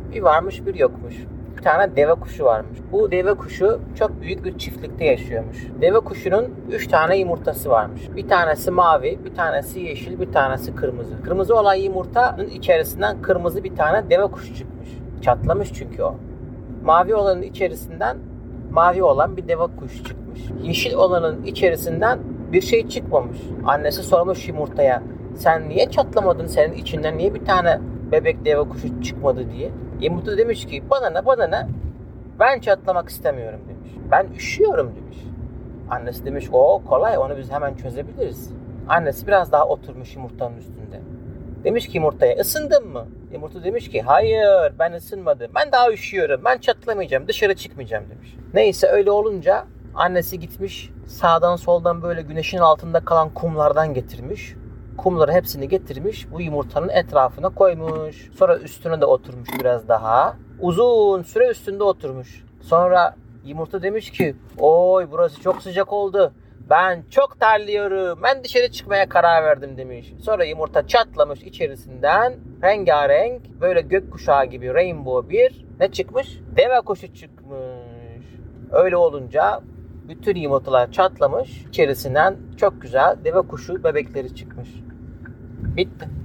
Bir varmış bir yokmuş. Bir tane deve kuşu varmış. Bu deve kuşu çok büyük bir çiftlikte yaşıyormuş. Deve kuşunun 3 tane yumurtası varmış. Bir tanesi mavi, bir tanesi yeşil, bir tanesi kırmızı. Kırmızı olan yumurtanın içerisinden kırmızı bir tane deve kuşu çıkmış. Çatlamış çünkü o. Mavi olanın içerisinden mavi olan bir deve kuşu çıkmış. Yeşil olanın içerisinden bir şey çıkmamış. Annesi sormuş yumurtaya, sen niye çatlamadın, senin içinden niye bir tane bebek deve kuşu çıkmadı diye. Yumurta demiş ki bana ne, ben çatlamak istemiyorum demiş. Ben üşüyorum demiş. Annesi demiş o kolay, onu biz hemen çözebiliriz. Annesi biraz daha oturmuş yumurtanın üstünde. Demiş ki yumurtaya, ısındın mı? Yumurta demiş ki hayır, ben ısınmadım. Ben daha üşüyorum. Ben çatlamayacağım. Dışarı çıkmayacağım demiş. Neyse öyle olunca annesi gitmiş sağdan soldan böyle güneşin altında kalan kumlardan getirmiş. Kumları hepsini getirmiş. Bu yumurtanın etrafına koymuş. Sonra üstüne de oturmuş biraz daha. Uzun süre üstünde oturmuş. Sonra yumurta demiş ki oy burası çok sıcak oldu. Ben çok terliyorum. Ben dışarı çıkmaya karar verdim demiş. Sonra yumurta çatlamış, içerisinden rengarenk böyle gökkuşağı gibi rainbow bir ne çıkmış? Deve kuşu çıkmış. Öyle olunca bütün yumurtalar çatlamış. İçerisinden çok güzel deve kuşu bebekleri çıkmış. Bitti.